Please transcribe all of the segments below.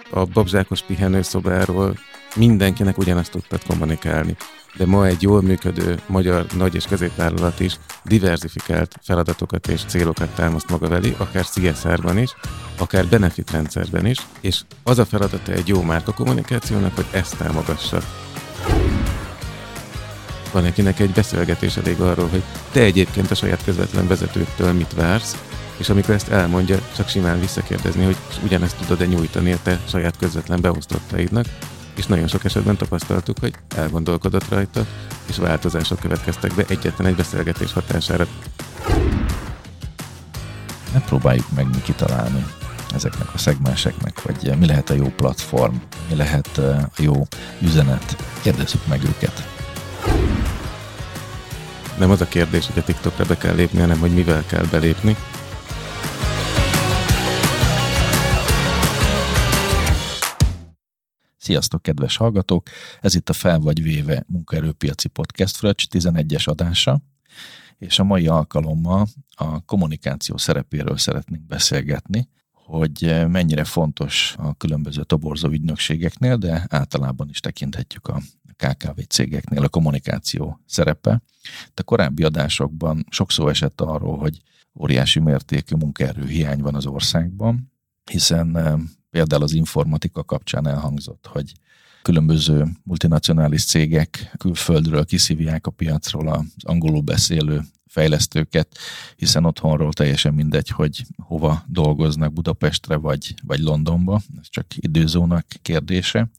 a babzsákos pihenőszobáról mindenkinek ugyanazt tudtad kommunikálni. De ma egy jól működő magyar nagy- és középvállalat is diverzifikált feladatokat és célokat támaszt maga elé, akár CSR-ban is, akár benefit rendszerben is, és az a feladata egy jó márka kommunikációnak, hogy ezt támogassa. Van akinek egy beszélgetés elég arról, hogy te egyébként a saját közvetlen vezetőtől mit vársz, és amikor ezt elmondja, csak simán visszakérdezni, hogy ugyanezt tudod-e nyújtani a te saját közvetlen beosztottaidnak, és nagyon sok esetben tapasztaltuk, hogy elgondolkodott rajta, és változások következtek be egyetlen egy beszélgetés hatására. Nem próbáljuk meg mi kitalálni ezeknek a szegmenseknek, hogy mi lehet a jó platform, mi lehet a jó üzenet. Kérdezzük meg őket. Nem az a kérdés, hogy a TikTokra be kell lépni, hanem hogy mivel kell belépni. Sziasztok, kedves hallgatók! Ez itt a Fel vagy véve munkaerőpiaci podcast Fröccs 11-es adása, és a mai alkalommal a kommunikáció szerepéről szeretnénk beszélgetni, hogy mennyire fontos a különböző toborzó ügynökségeknél, de általában is tekinthetjük a KKV cégeknél a kommunikáció szerepe. De korábbi adásokban sok szó esett arról, hogy óriási mértékű munkaerőhiány van az országban, hiszen például az informatika kapcsán elhangzott, hogy különböző multinacionális cégek külföldről kiszívják a piacról az angolul beszélő fejlesztőket, hiszen otthonról teljesen mindegy, hogy hova dolgoznak, Budapestre vagy Londonba, ez csak időzónak kérdése,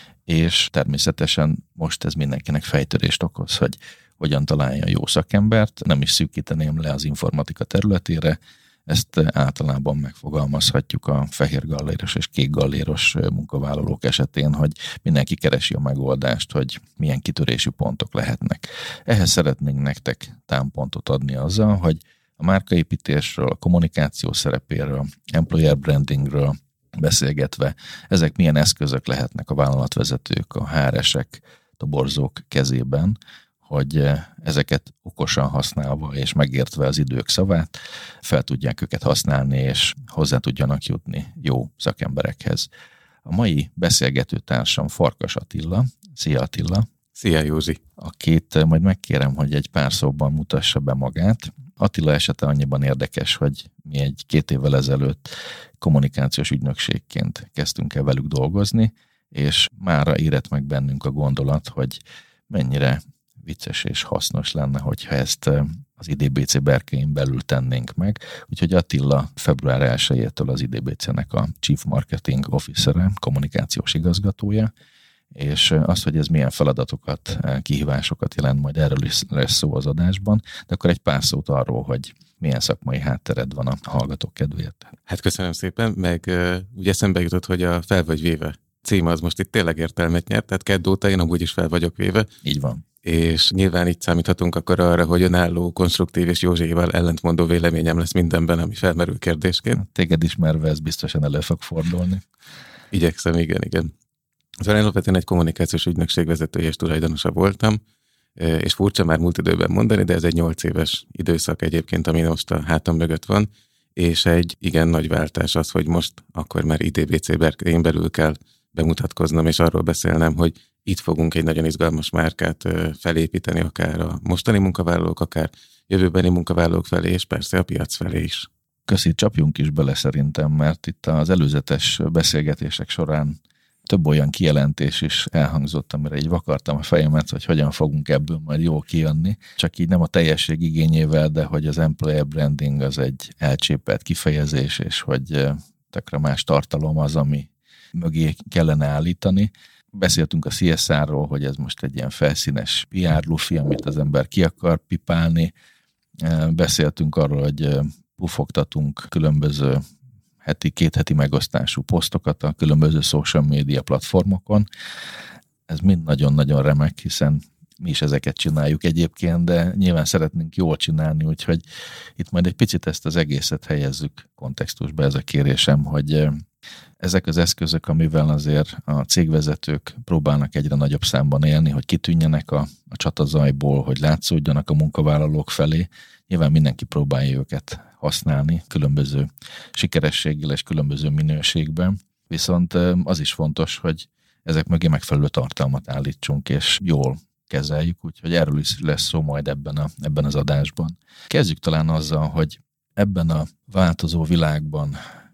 és természetesen most ez mindenkinek fejtörést okoz, hogy hogyan találja a jó szakembert, nem is szűkíteném le az informatika területére, ezt általában megfogalmazhatjuk a fehér galléros és kék galléros munkavállalók esetén, hogy mindenki keresi a megoldást, hogy milyen kitörési pontok lehetnek. Ehhez szeretnénk nektek támpontot adni azzal, hogy a márkaépítésről, a kommunikáció szerepéről, employer brandingről beszélgetve, ezek milyen eszközök lehetnek a vállalatvezetők, a HR-esek, toborzók kezében, hogy ezeket okosan használva és megértve az idők szavát fel tudják őket használni, és hozzá tudjanak jutni jó szakemberekhez. A mai beszélgető társam Farkas Attila. Szia Attila! Szia Józsi! Akit majd megkérem, hogy egy pár szóban mutassa be magát. Attila esete annyiban érdekes, hogy mi 2 évvel ezelőtt kommunikációs ügynökségként kezdtünk el velük dolgozni, és mára érett meg bennünk a gondolat, hogy mennyire vicces és hasznos lenne, hogyha ezt az IDBC berkein belül tennénk meg. Úgyhogy Attila február 1-től az IDBC-nek a Chief Marketing Officer-e, kommunikációs igazgatója, és az, hogy ez milyen feladatokat, kihívásokat jelent, majd erről is lesz szó az adásban, de akkor egy pár szót arról, hogy milyen szakmai háttered van a hallgatók kedvéért. Hát köszönöm szépen, meg ugye eszembe jutott, hogy a Fel vagy véve címe az most itt tényleg értelmet nyert, tehát kedd óta én amúgy is fel vagyok véve. Így van. És nyilván itt számíthatunk akkor arra, hogy önálló, konstruktív és Józséval ellentmondó véleményem lesz mindenben, ami felmerül kérdésként. Téged ismerve ez biztosan elő fog fordulni. Igyekszem, igen. Szóval én alapvetően egy kommunikációs ügynökség vezetője és tulajdonosa voltam, és furcsa már múlt időben mondani, de ez egy 8 éves időszak egyébként, ami most a hátam mögött van, és egy igen nagy váltás az, hogy most akkor már IDBC berkein belül kell bemutatkoznom, és arról beszélnem, hogy itt fogunk egy nagyon izgalmas márkát felépíteni, akár a mostani munkavállalók, akár jövőbeni munkavállalók felé, és persze a piac felé is. Köszi, csapjunk is bele szerintem, mert itt az előzetes beszélgetések során több olyan kijelentés is elhangzott, amire így vakartam a fejemet, hogy hogyan fogunk ebből majd jól kijönni. Csak így nem a teljesség igényével, de hogy az employer branding az egy elcsépelt kifejezés, és hogy tökre más tartalom az, ami mögé kellene állítani. Beszéltünk a CSR-ról, hogy ez most egy ilyen felszínes PR lufi, amit az ember ki akar pipálni. Beszéltünk arról, hogy pufogtatunk különböző két heti megosztású posztokat a különböző social media platformokon. Ez mind nagyon-nagyon remek, hiszen mi is ezeket csináljuk egyébként, de nyilván szeretnénk jól csinálni, úgyhogy itt majd egy picit ezt az egészet helyezzük kontextusba, ez a kérésem, hogy ezek az eszközök, amivel azért a cégvezetők próbálnak egyre nagyobb számban élni, hogy kitűnjenek a csatazajból, hogy látszódjanak a munkavállalók felé. Nyilván mindenki próbálja őket használni különböző sikerességgel és különböző minőségben. Viszont az is fontos, hogy ezek mögé megfelelő tartalmat állítsunk, és jól kezeljük, úgyhogy erről is lesz szó majd ebben az adásban. Kezdjük talán azzal, hogy ebben a változó világban,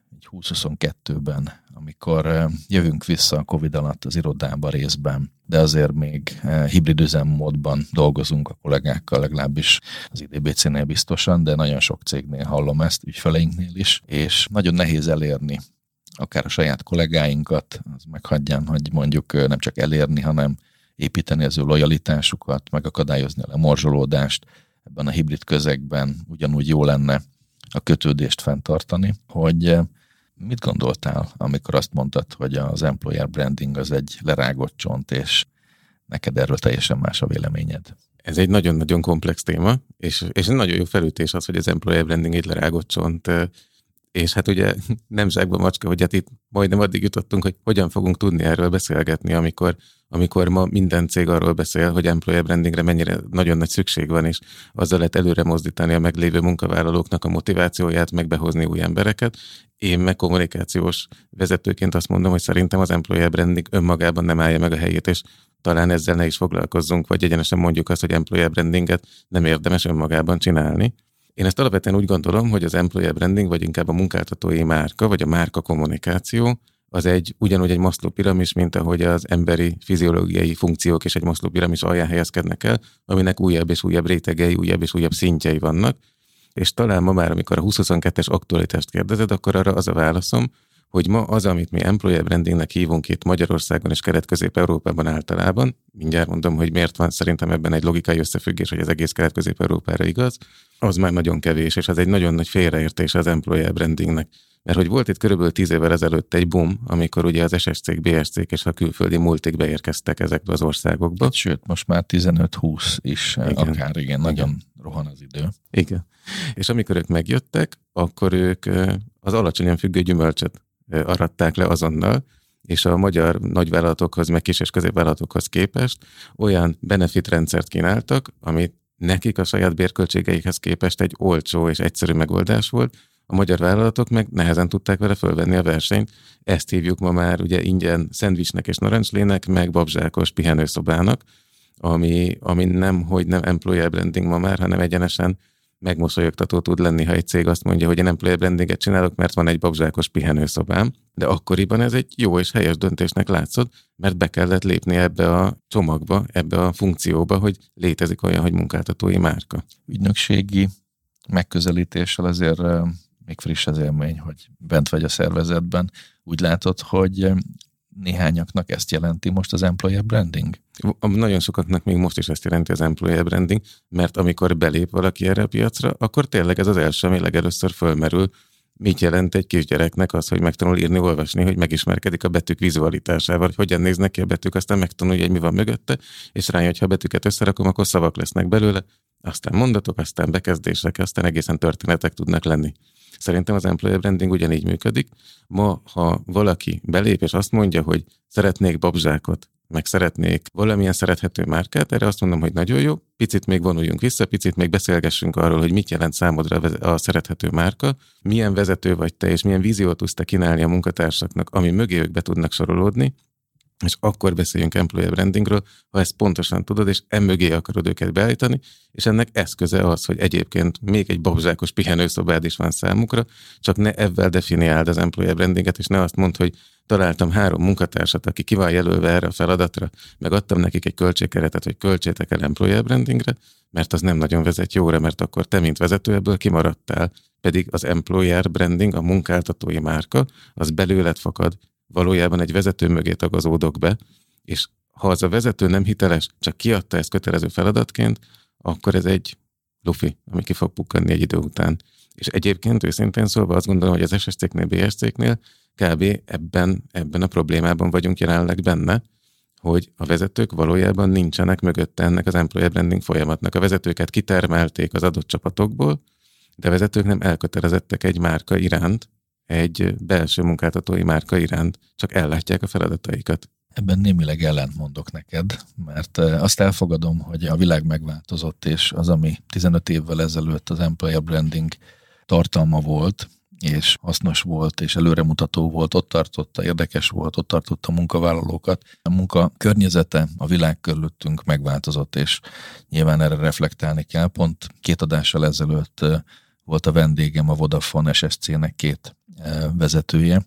2022-ben, amikor jövünk vissza a Covid alatt az irodába részben, de azért még hibrid üzemmódban dolgozunk a kollégákkal, legalábbis az IDBC-nél biztosan, de nagyon sok cégnél hallom ezt, ügyfeleinknél is, és nagyon nehéz elérni akár a saját kollégáinkat, az meghagyján, hogy mondjuk nem csak elérni, hanem építeni az ő lojalitásukat, megakadályozni a lemorzsolódást. Ebben a hibrid közegben ugyanúgy jó lenne a kötődést fenntartani, hogy mit gondoltál, amikor azt mondtad, hogy az employer branding az egy lerágott csont, és neked erről teljesen más a véleményed? Ez egy nagyon-nagyon komplex téma, és nagyon jó felütés az, hogy az employer branding egy lerágott csont, és hát ugye nem zsákba macska, hogy hát itt majdnem addig jutottunk, hogy hogyan fogunk tudni erről beszélgetni, amikor ma minden cég arról beszél, hogy employer brandingre mennyire nagyon nagy szükség van, és azzal lehet előre mozdítani a meglévő munkavállalóknak a motivációját, meg behozni új embereket. Én meg kommunikációs vezetőként azt mondom, hogy szerintem az employer branding önmagában nem állja meg a helyét, és talán ezzel ne is foglalkozzunk, vagy egyenesen mondjuk azt, hogy employer brandinget nem érdemes önmagában csinálni. Én ezt alapvetően úgy gondolom, hogy az employer branding, vagy inkább a munkáltatói márka, vagy a márka kommunikáció, az ugyanúgy egy Maslow piramis, mint ahogy az emberi fiziológiai funkciók és egy Maslow piramis alján helyezkednek el, aminek újabb és újabb rétegei, újabb és újabb szintjei vannak. És talán ma már, amikor a 2022-es aktualitást kérdezed, akkor arra az a válaszom, hogy ma az, amit mi employer brandingnek hívunk itt Magyarországon és Kelet-Közép-Európában általában, mindjárt mondom, hogy miért van szerintem ebben egy logikai összefüggés, hogy az egész Kelet-Közép-Európára igaz, az már nagyon kevés, és az egy nagyon nagy félreértés az employer brandingnek. Mert hogy volt itt körülbelül 10 évvel ezelőtt egy boom, amikor ugye az SS-cég, BS-cég és a külföldi multik beérkeztek ezekbe az országokba. Sőt, most már 15-20 is, akár igen, nagyon rohan az idő. Igen. És amikor ők megjöttek, akkor ők az alacsonyan függő gyümölcsöt aratták le azonnal, és a magyar nagyvállalatokhoz, meg kis- és középvállalatokhoz képest olyan benefit rendszert kínáltak, amit nekik a saját bérköltségeikhez képest egy olcsó és egyszerű megoldás volt, a magyar vállalatok meg nehezen tudták vele fölvenni a versenyt. Ezt hívjuk ma már ugye ingyen szendvicsnek és narancslének, meg babzsákos pihenőszobának, ami nem employer branding ma már, hanem egyenesen megmosolyogtató tud lenni, ha egy cég azt mondja, hogy én employer brandinget csinálok, mert van egy babzsákos pihenőszobám, de akkoriban ez egy jó és helyes döntésnek látszott, mert be kellett lépni ebbe a csomagba, ebbe a funkcióba, hogy létezik olyan, hogy munkáltatói márka. Ügynökségi megközelítéssel azért még friss az élmény, hogy bent vagy a szervezetben. Úgy látod, hogy néhányaknak ezt jelenti most az employer branding? Nagyon sokaknak még most is ezt jelenti az employer branding, mert amikor belép valaki erre a piacra, akkor tényleg ez az első, ami legelőször fölmerül. Mit jelent egy kisgyereknek az, hogy megtanul írni, olvasni, hogy megismerkedik a betűk vizualitásával, hogy hogyan néznek ki a betűk, aztán megtanulja, hogy mi van mögötte, és rájön, hogy ha a betűket összerakom, akkor szavak lesznek belőle, aztán mondatok, aztán bekezdések, aztán egészen történetek tudnak lenni. Szerintem az employer branding ugyanígy működik. Ma, ha valaki belép és azt mondja, hogy szeretnék babzsákot, meg szeretnék valamilyen szerethető márkát, erre azt mondom, hogy nagyon jó, picit még vonuljunk vissza, picit még beszélgessünk arról, hogy mit jelent számodra a szerethető márka, milyen vezető vagy te, és milyen víziót tudsz te kínálni a munkatársaknak, ami mögé ők be tudnak sorolódni, és akkor beszéljünk employer brandingről, ha ezt pontosan tudod, és emögé akarod őket beállítani, és ennek eszköze az, hogy egyébként még egy babzsákos pihenőszobád is van számukra, csak ne ebben definiáld az employer brandinget, és ne azt mondd, hogy találtam 3 munkatársat, aki ki van jelölve erre a feladatra, meg adtam nekik egy költségkeretet, hogy költsétek el employer brandingre, mert az nem nagyon vezet jóra, mert akkor te, mint vezető, ebből kimaradtál. Pedig az employer branding, a munkáltatói márka, az belőled fakad, valójában egy vezető mögé tagazódok be, és ha az a vezető nem hiteles, csak kiadta ezt kötelező feladatként, akkor ez egy lufi, ami ki fog pukkanni egy idő után. És egyébként őszintén szólva azt gondolom, hogy az SS-cégnél, BS-cégnél kb. ebben a problémában vagyunk jelenleg benne, hogy a vezetők valójában nincsenek mögötte ennek az employer branding folyamatnak. A vezetőket kitermelték az adott csapatokból, de a vezetők nem elkötelezettek egy márka iránt, egy belső munkáltatói márka iránt, csak ellátják a feladataikat. Ebben némileg ellentmondok neked, mert azt elfogadom, hogy a világ megváltozott, és az, ami 15 évvel ezelőtt az employer branding tartalma volt, és hasznos volt, és előremutató volt, ott tartotta, érdekes volt, ott tartotta a munkavállalókat. A munka környezete, a világ körülöttünk megváltozott, és nyilván erre reflektálni kell. Pont 2 adással ezelőtt volt a vendégem a Vodafone SSC-nek 2 vezetője,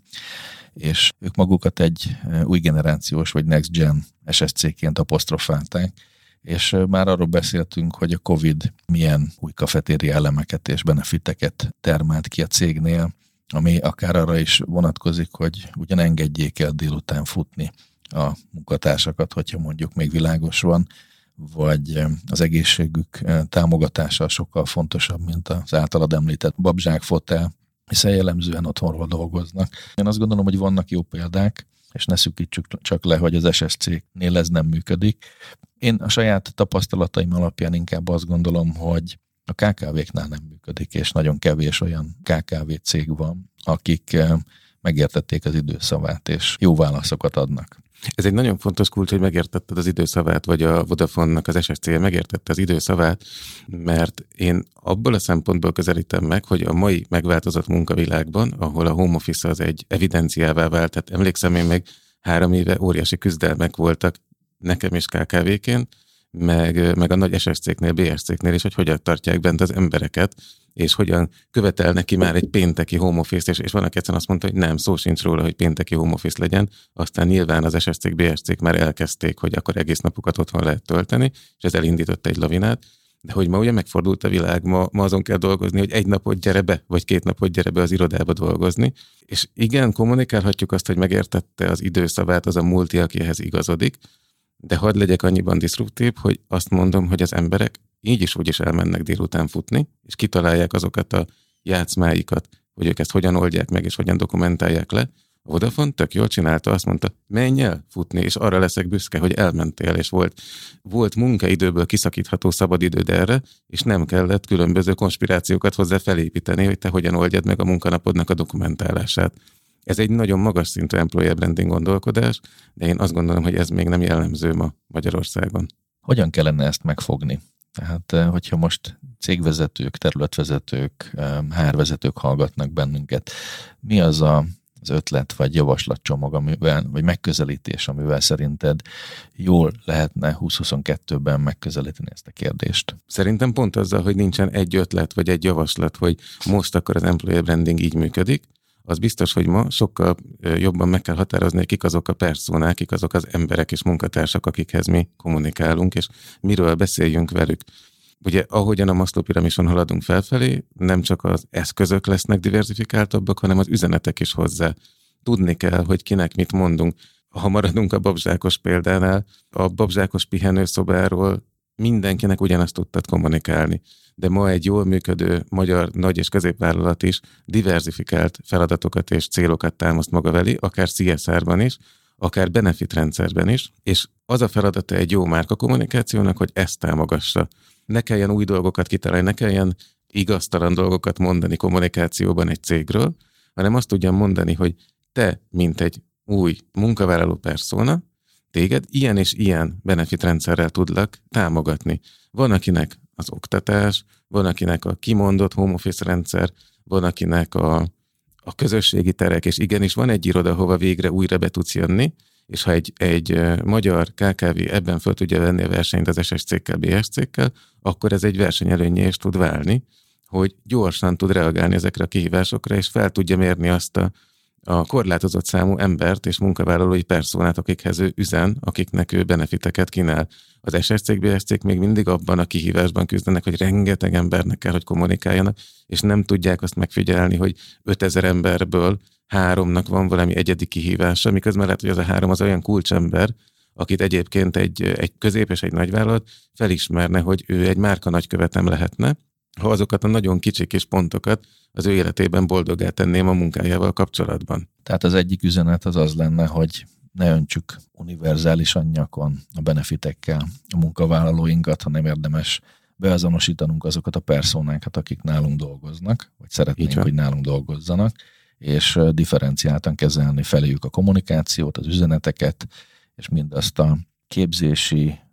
és ők magukat egy új generációs vagy next gen SSC-ként apostrofálták, és már arról beszéltünk, hogy a Covid milyen új kafetéria elemeket és benefiteket termelt ki a cégnél, ami akár arra is vonatkozik, hogy ugyan engedjék el délután futni a munkatársakat, hogyha mondjuk még világos van, vagy az egészségük támogatása sokkal fontosabb, mint az általad említett babzsákfotel, hiszen jellemzően otthonról dolgoznak. Én azt gondolom, hogy vannak jó példák, és ne szűkítsük csak le, hogy az SSC-nél ez nem működik. Én a saját tapasztalataim alapján inkább azt gondolom, hogy a KKV-knál nem működik, és nagyon kevés olyan KKV cég van, akik megértették az időszavát, és jó válaszokat adnak. Ez egy nagyon fontos kulcs, hogy megértetted az időszavát, vagy a Vodafone-nak az SSC-je megértette az időszavát, mert én abból a szempontból közelítem meg, hogy a mai megváltozott munkavilágban, ahol a home office az egy evidenciává vált, tehát emlékszem én még 3 éve óriási küzdelmek voltak nekem is KKV-ként, meg a nagy SSC-knél, BSC-knél is, hogy hogyan tartják bent az embereket, és hogyan követel neki már egy pénteki home office-t, és van, aki egyszerűen azt mondta, hogy nem, szó sincs róla, hogy pénteki home office legyen, aztán nyilván az SSC-k, BSC-k már elkezdték, hogy akkor egész napokat otthon lehet tölteni, és ez elindította egy lavinát, de hogy ma ugye megfordult a világ, ma azon kell dolgozni, hogy 1 napot gyere be, vagy 2 napot gyere be az irodába dolgozni, és igen, kommunikálhatjuk azt, hogy megértette az időszavát az a multi, aki ehhez igazodik, de hadd legyek annyiban diszruptív, hogy azt mondom, hogy az emberek így is úgy is elmennek délután futni, és kitalálják azokat a játszmáikat, hogy ők ezt hogyan oldják meg, és hogyan dokumentálják le. A Vodafone tök jól csinálta, azt mondta, menj el futni, és arra leszek büszke, hogy elmentél, és volt munkaidőből kiszakítható szabadidőd erre, és nem kellett különböző konspirációkat hozzá felépíteni, hogy te hogyan oldjad meg a munkanapodnak a dokumentálását. Ez egy nagyon magas szintű employer branding gondolkodás, de én azt gondolom, hogy ez még nem jellemző ma Magyarországon. Hogyan kellene ezt megfogni? Tehát, hogyha most cégvezetők, területvezetők, HR-vezetők hallgatnak bennünket, mi az az ötlet vagy javaslatcsomag, vagy megközelítés, amivel szerinted jól lehetne 2022-ben megközelíteni ezt a kérdést? Szerintem pont azzal, hogy nincsen egy ötlet vagy egy javaslat, hogy most akkor az employer branding így működik, az biztos, hogy ma sokkal jobban meg kell határozni, hogy kik azok a personák, kik azok az emberek és munkatársak, akikhez mi kommunikálunk, és miről beszéljünk velük. Ugye ahogyan a Maslow piramison haladunk felfelé, nem csak az eszközök lesznek diverzifikáltabbak, hanem az üzenetek is hozzá. Tudni kell, hogy kinek mit mondunk. Ha maradunk a babzsákos példánál, a babzsákos pihenőszobáról mindenkinek ugyanazt tudtad kommunikálni. De ma egy jól működő magyar nagy- és középvállalat is diverzifikált feladatokat és célokat támaszt maga elé, akár CSR-ban is, akár benefit rendszerben is, és az a feladata egy jó márka kommunikációnak, hogy ezt támogassa. Ne kelljen új dolgokat kitalálni, ne kelljen igaztalan dolgokat mondani kommunikációban egy cégről, hanem azt tudjam mondani, hogy te, mint egy új munkavállaló perszóna, téged ilyen és ilyen benefit rendszerrel tudlak támogatni. Van, akinek az oktatás, van, akinek a kimondott home office rendszer, van, akinek a közösségi terek, és igenis van egy iroda, hova végre újra be tudsz jönni, és ha egy magyar KKV ebben föl tudja venni a versenyt az SSC-kkel, BSC-kkel, akkor ez egy versenyelőnnyé is tud válni, hogy gyorsan tud reagálni ezekre a kihívásokra, és fel tudja mérni azt a korlátozott számú embert és munkavállalói perszónát, akikhez ő üzen, akiknek ő benefiteket kínál. Az SSC-k, BSC-k még mindig abban a kihívásban küzdenek, hogy rengeteg embernek kell, hogy kommunikáljanak, és nem tudják azt megfigyelni, hogy 5000 emberből 3-nak van valami egyedi kihívása, miközben lehet, hogy az a 3 az olyan kulcsember, akit egyébként egy közép és egy nagyvállalat felismerne, hogy ő egy márka nagykövetem lehetne, ha azokat a nagyon kicsi kis pontokat az ő életében boldoggá tenném a munkájával kapcsolatban. Tehát az egyik üzenet az lenne, hogy ne öntsük univerzálisan nyakon a benefitekkel a munkavállalóinkat, hanem érdemes beazonosítanunk azokat a personákat, akik nálunk dolgoznak, vagy szeretnénk, hogy nálunk dolgozzanak, és differenciáltan kezelni feléjük a kommunikációt, az üzeneteket, és mindazt a képzési,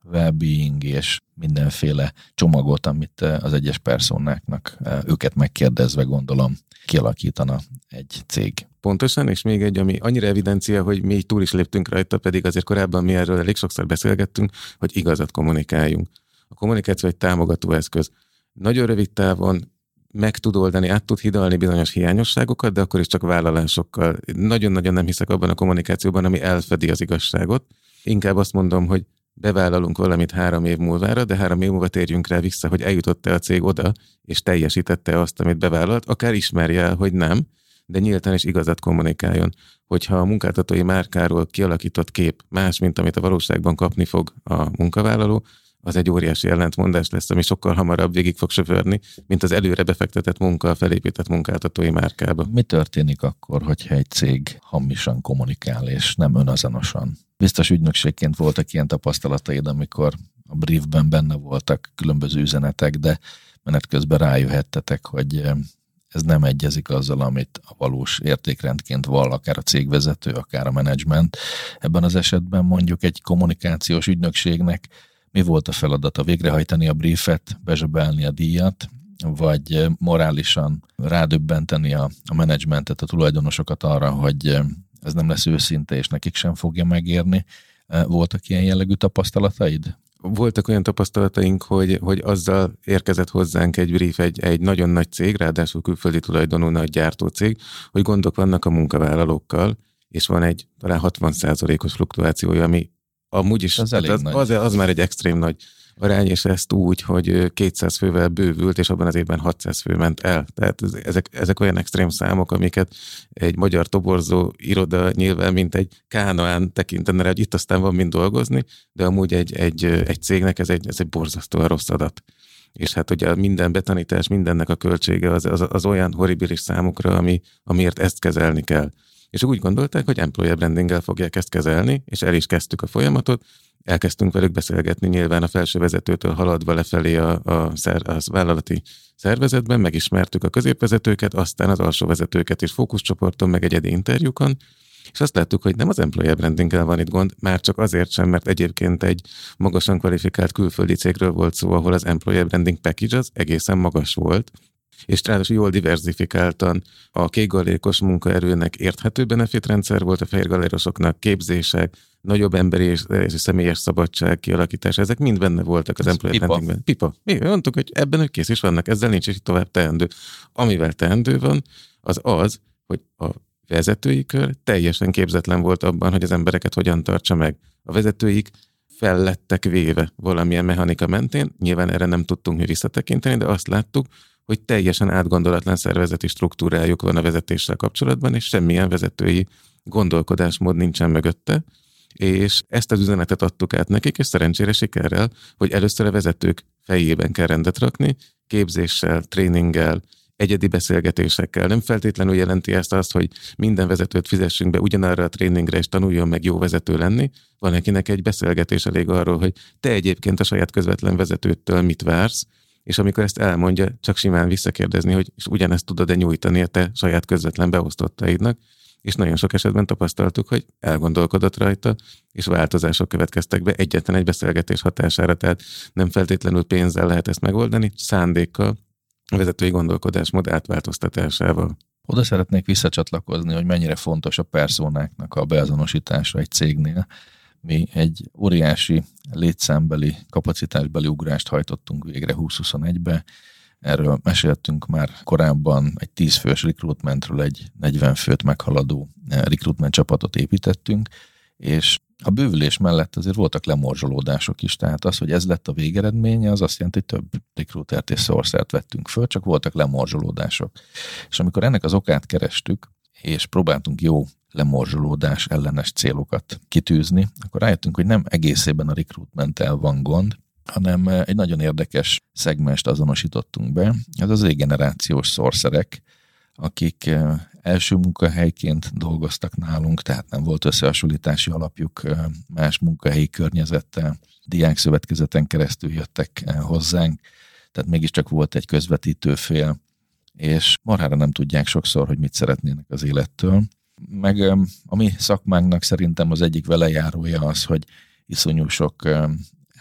well-being és mindenféle csomagot, amit az egyes personáknak őket megkérdezve gondolom kialakítana egy cég. Pontosan, és még egy, ami annyira evidencia, hogy mi túl is léptünk rajta, pedig azért korábban mi erről elég sokszor beszélgettünk, hogy igazat kommunikáljunk. A kommunikáció egy támogató eszköz. Nagyon rövid távon meg tud oldani, át tud hidalni bizonyos hiányosságokat, de akkor is csak vállalásokkal. Nagyon-nagyon nem hiszek abban a kommunikációban, ami elfedi az igazságot. Inkább azt mondom, hogy bevállalunk valamit 3 év múlvára, de 3 év múlva térjünk rá vissza, hogy eljutott-e a cég oda, és teljesítette azt, amit bevállalt, akár ismerje el, hogy nem, de nyíltan és igazat kommunikáljon. Hogyha a munkáltatói márkáról kialakított kép más, mint amit a valóságban kapni fog a munkavállaló, az egy óriási ellentmondás lesz, ami sokkal hamarabb végig fog söpörni, mint az előre befektetett munka, felépített munkáltatói márkába. Mi történik akkor, hogyha egy cég hamisan kommunikál, és nem önazonosan? Biztos ügynökségként voltak ilyen tapasztalataid, amikor a briefben benne voltak különböző üzenetek, de menet közben rájöhettetek, hogy ez nem egyezik azzal, amit a valós értékrendként vall, akár a cégvezető, akár a menedzsment. Ebben az esetben mondjuk egy kommunikációs ügynökségnek mi volt a feladata? Végrehajtani a briefet, bezsebelni a díjat, vagy morálisan rádöbbenteni a menedzsmentet, a tulajdonosokat arra, hogy ez nem lesz őszinte, és nekik sem fogja megérni. Voltak ilyen jellegű tapasztalataid? Voltak olyan tapasztalataink, hogy azzal érkezett hozzánk egy brief, egy nagyon nagy cég, ráadásul külföldi tulajdonú nagy gyártócég, hogy gondok vannak a munkavállalókkal, és van egy talán 60%-os fluktuációja, ami amúgy is az már egy extrém nagy arány, és ezt úgy, hogy 200 fővel bővült, és abban az évben 600 fő ment el. Tehát ezek olyan extrém számok, amiket egy magyar toborzó iroda nyilván, mint egy Kánaán tekintene rá, hogy itt aztán van mind dolgozni, de amúgy egy cégnek ez egy borzasztóan rossz adat. És hát ugye minden betanítás, mindennek a költsége az olyan horribilis számukra, amiért ezt kezelni kell. És úgy gondolták, hogy employer brandinggel fogják ezt kezelni, és el is kezdtük a folyamatot, elkezdtünk velük beszélgetni, nyilván a felső vezetőtől haladva lefelé a vállalati szervezetben, megismertük a középvezetőket, aztán az alsó vezetőket is fókuszcsoporton, meg egyedi interjúkon, és azt láttuk, hogy nem az employer brandinggel van itt gond, már csak azért sem, mert egyébként egy magasan kvalifikált külföldi cégről volt szó, ahol az employer branding package az egészen magas volt, és ráadásul jól diverzifikáltan a kékgalléros munkaerőnek érthető benefitrendszer volt, a fehérgallérosoknak képzések, nagyobb emberi és személyes szabadság kialakítása, ezek mind benne voltak az employer brandingben. Pipa. Mi mondtuk, hogy ebben ők kész is vannak, ezzel nincs is tovább teendő. Amivel teendő van, az, hogy a vezetői kör teljesen képzetlen volt abban, hogy az embereket hogyan tartsa meg. A vezetőik fel lettek véve valamilyen mechanika mentén, nyilván erre nem tudtunk mi visszatekinteni, de azt láttuk, hogy teljesen átgondolatlan szervezeti struktúrájuk van a vezetéssel kapcsolatban, és semmilyen vezetői gondolkodásmód nincsen mögötte, és ezt az üzenetet adtuk át nekik, és szerencsére sikerrel, hogy először a vezetők fejében kell rendet rakni, képzéssel, tréninggel, egyedi beszélgetésekkel. Nem feltétlenül jelenti ezt azt, hogy minden vezetőt fizessünk be ugyanarra a tréningre, és tanuljon meg jó vezető lenni. Van akinek egy beszélgetés elég arról, hogy te egyébként a saját közvetlen vezetőtől mit vársz, és amikor ezt elmondja, csak simán visszakérdezni, hogy és ugyanezt tudod-e nyújtani a te saját közvetlen beosztottaidnak, és nagyon sok esetben tapasztaltuk, hogy elgondolkodott rajta, és változások következtek be egyetlen egy beszélgetés hatására, tehát nem feltétlenül pénzzel lehet ezt megoldani, szándékkal, a vezetői gondolkodásmód átváltoztatásával. Oda szeretnék visszacsatlakozni, hogy mennyire fontos a personáknak a beazonosítása egy cégnél. Mi egy óriási létszámbeli, kapacitásbeli ugrást hajtottunk végre 2021-be. Erről meséltünk már korábban, egy 10 fős recruitmentről egy 40 főt meghaladó recruitment csapatot építettünk, és a bővülés mellett azért voltak lemorzsolódások is, tehát az, hogy ez lett a végeredménye, az azt jelenti, hogy több recruitert és sourcert vettünk föl, csak voltak lemorzsolódások. És amikor ennek az okát kerestük, és próbáltunk jó lemorzsolódás ellenes célokat kitűzni, akkor rájöttünk, hogy nem egészében a recruitmenttel van gond, hanem egy nagyon érdekes szegmest azonosítottunk be. Ez az generációs sourcerek, akik első munkahelyként dolgoztak nálunk, tehát nem volt összehasonlítási alapjuk más munkahelyi környezettel, diákszövetkezeten keresztül jöttek hozzánk, tehát mégiscsak volt egy közvetítőfél, és marhára nem tudják sokszor, hogy mit szeretnének az élettől. Meg a mi szakmánknak szerintem az egyik velejárója az, hogy iszonyú sok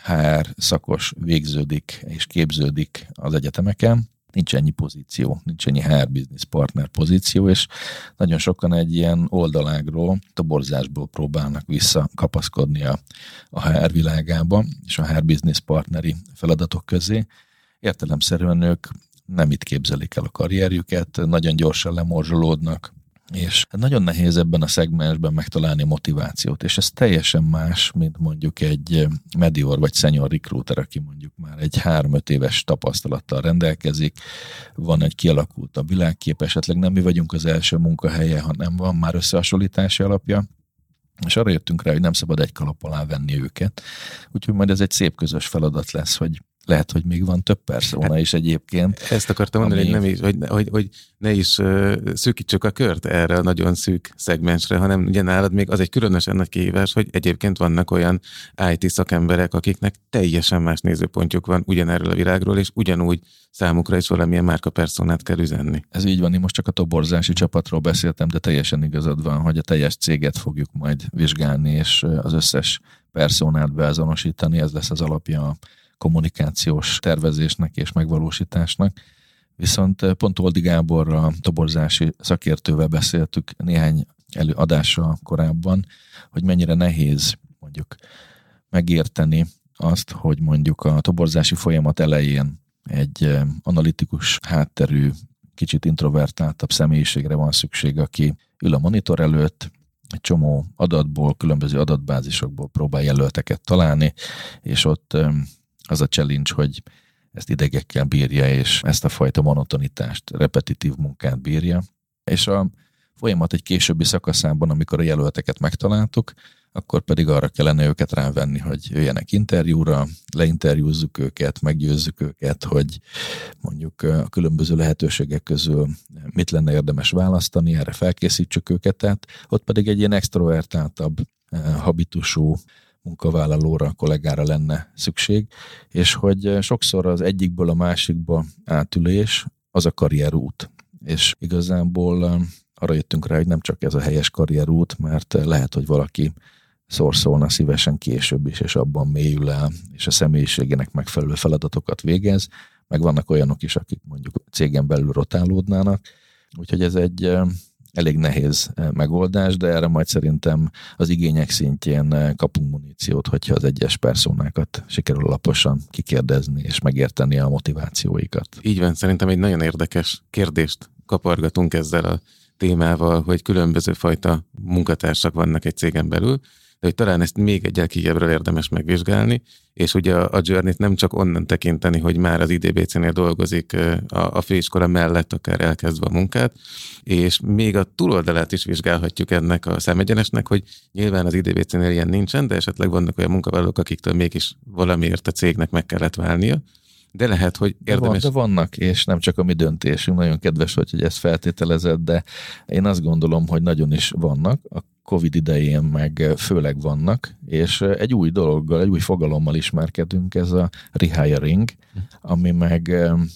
HR szakos végződik és képződik az egyetemeken. Nincs ennyi pozíció, nincs ennyi HR business partner pozíció, és nagyon sokan egy ilyen oldalágról, toborzásból próbálnak visszakapaszkodni a HR világába, és a HR business partneri feladatok közé. Értelemszerűen ők nem itt képzelik el a karrierjüket, nagyon gyorsan lemorzsolódnak, és nagyon nehéz ebben a szegmensben megtalálni motivációt, és ez teljesen más, mint mondjuk egy medior vagy senior recruiter, aki mondjuk már egy 3-5 éves tapasztalattal rendelkezik, van egy kialakultabb világkép, esetleg nem mi vagyunk az első munkahelye, hanem van már összehasonlítási alapja, és arra jöttünk rá, hogy nem szabad egy kalap alá venni őket. Úgyhogy majd ez egy szép közös feladat lesz, hogy lehet, hogy még van több persona is egyébként. Ezt akartam mondani, hogy, nem is, hogy ne is szűkítsük a kört erre a nagyon szűk szegmensre, hanem ugye nálad még az egy különösen nagy kihívás, hogy egyébként vannak olyan IT szakemberek, akiknek teljesen más nézőpontjuk van ugyanerről a világról, és ugyanúgy számukra is valamilyen márkapersonát kell üzenni. Ez így van, én most csak a toborzási csapatról beszéltem, de teljesen igazad van, hogy a teljes céget fogjuk majd vizsgálni, és az összes personát beazonosítani, ez lesz az alapja a kommunikációs tervezésnek és megvalósításnak. Viszont pont Oldi Gáborral, toborzási szakértővel beszéltük néhány adással korábban, hogy mennyire nehéz mondjuk megérteni azt, hogy mondjuk a toborzási folyamat elején egy analitikus hátterű, kicsit introvertáltabb személyiségre van szükség, aki ül a monitor előtt, egy csomó adatból, különböző adatbázisokból próbál jelölteket találni, és ott az a challenge, hogy ezt idegekkel bírja, és ezt a fajta monotonitást, repetitív munkát bírja. És a folyamat egy későbbi szakaszában, amikor a jelölteket megtaláltuk, akkor pedig arra kellene őket rávenni, hogy jöjjenek interjúra, leinterjúzzuk őket, meggyőzzük őket, hogy mondjuk a különböző lehetőségek közül mit lenne érdemes választani, erre felkészítsük őket, tehát ott pedig egy ilyen extrovertáltabb habitusú munkavállalóra, kollégára lenne szükség, és hogy sokszor az egyikből a másikba átülés az a karrierút. És igazából arra jöttünk rá, hogy nem csak ez a helyes karrierút, mert lehet, hogy valaki szorszolna szívesen később is, és abban mélyül el, és a személyiségének megfelelő feladatokat végez, meg vannak olyanok is, akik mondjuk cégen belül rotálódnának, úgyhogy ez egy elég nehéz megoldás, de erre majd szerintem az igények szintjén kapunk muníciót, hogyha az egyes personákat sikerül alaposan kikérdezni és megérteni a motivációikat. Így van, szerintem egy nagyon érdekes kérdést kapargatunk ezzel a témával, hogy különböző fajta munkatársak vannak egy cégen belül, de hogy talán ezt még egyel kijebbről érdemes megvizsgálni, és ugye a Journey-t nem csak onnan tekinteni, hogy már az IDBC-nél dolgozik a főiskola mellett, akár elkezdve a munkát, és még a túloldalát is vizsgálhatjuk ennek a számegyenesnek, hogy nyilván az IDBC-nél ilyen nincsen, de esetleg vannak olyan munkavállalók, akiktől mégis valamiért a cégnek meg kellett válnia, de lehet, hogy érdemes... De vannak, és nem csak a mi döntésünk, nagyon kedves vagy, hogy ezt feltételezed, de én azt gondolom, hogy nagyon is vannak, a Covid idején meg főleg vannak, és egy új dologgal, egy új fogalommal ismerkedünk, ez a rehiring, ami meg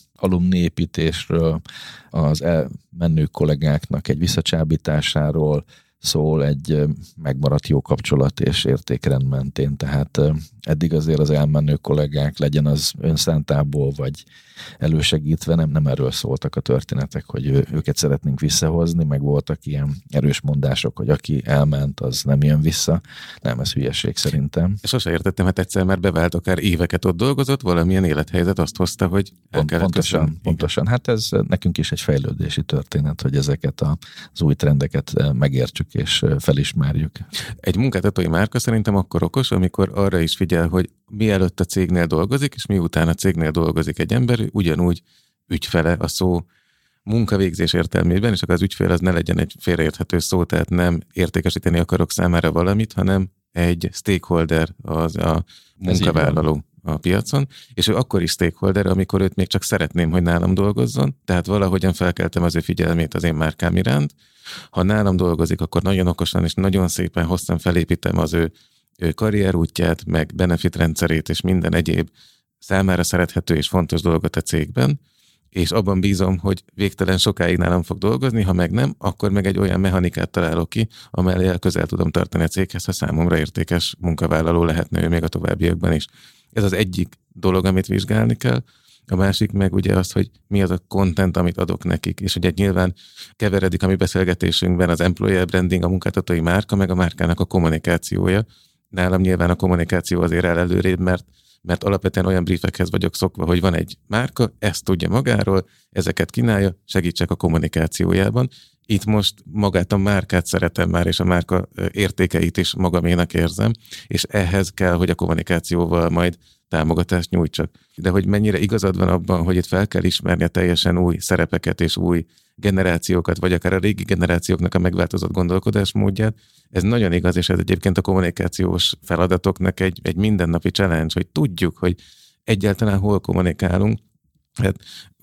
alumniépítésről, az elmenő kollégáknak egy visszacsábításáról szól, egy megmaradt jó kapcsolat és értékrend mentén, tehát eddig azért az elmenő kollégák, legyen az önszántából vagy elősegítve, nem erről szóltak a történetek, hogy őket szeretnénk visszahozni, meg voltak ilyen erős mondások, hogy aki elment, az nem jön vissza. Nem, ez hülyeség szerintem. Sose értettem, hát egyszer már bevált, akár éveket ott dolgozott, valamilyen élethelyzet azt hozta, hogy Pontosan. Hát ez nekünk is egy fejlődési történet, hogy ezeket az új trendeket megértsük és felismerjük. Egy munkáltatói márka szerintem akkor okos, amikor arra is figyel, hogy mielőtt a cégnél dolgozik, és miután a cégnél dolgozik egy ember, ugyanúgy ügyfele a szó munkavégzés értelmében, és akkor az ügyfél az ne legyen egy félreérthető szó, tehát nem értékesíteni akarok számára valamit, hanem egy stakeholder, az a munkavállaló a piacon, és ő akkor is stakeholder, amikor őt még csak szeretném, hogy nálam dolgozzon, tehát valahogyan felkeltem az ő figyelmét az én márkám iránt. Ha nálam dolgozik, akkor nagyon okosan és nagyon szépen hosszan felépítem az ő karrierútját, meg benefit rendszerét és minden egyéb számára szerethető és fontos dolgot a cégben, és abban bízom, hogy végtelen sokáig nálam fog dolgozni, ha meg nem, akkor meg egy olyan mechanikát találok ki, amelyel közel tudom tartani a céghez, ha számomra értékes munkavállaló lehetne ő még a továbbiakban is. Ez az egyik dolog, amit vizsgálni kell. A másik meg ugye az, hogy mi az a content, amit adok nekik. És ugye nyilván keveredik a mi beszélgetésünkben az employer branding, a munkáltatói márka, meg a márkának a kommunikációja. Nálam nyilván a kommunikáció azért el előrébb, mert alapvetően olyan briefekhez vagyok szokva, hogy van egy márka, ezt tudja magáról, ezeket kínálja, segítsek a kommunikációjában. Itt most magát a márkát szeretem már, és a márka értékeit is magaménak érzem, és ehhez kell, hogy a kommunikációval majd támogatást nyújtsak. De hogy mennyire igazad van abban, hogy itt fel kell ismerni a teljesen új szerepeket és új generációkat, vagy akár a régi generációknak a megváltozott gondolkodásmódját, ez nagyon igaz, és ez egyébként a kommunikációs feladatoknak egy mindennapi challenge, hogy tudjuk, hogy egyáltalán hol kommunikálunk. Hát